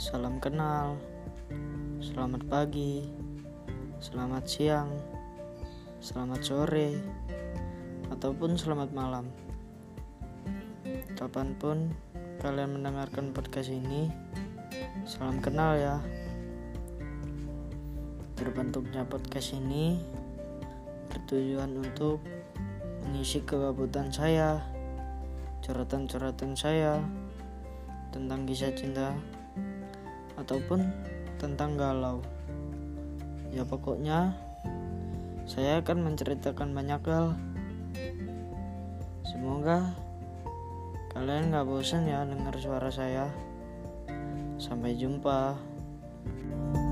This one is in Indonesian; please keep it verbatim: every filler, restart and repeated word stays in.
Salam kenal, selamat pagi, selamat siang, selamat sore, ataupun selamat malam. Kapanpun kalian mendengarkan podcast ini, salam kenal ya. Terbentuknya podcast ini bertujuan untuk mengisi kegabutan saya, curhatan-curhatan saya tentang kisah cinta ataupun tentang galau. Ya pokoknya saya akan menceritakan banyak hal. Semoga kalian gak bosan ya dengar suara saya. Sampai jumpa.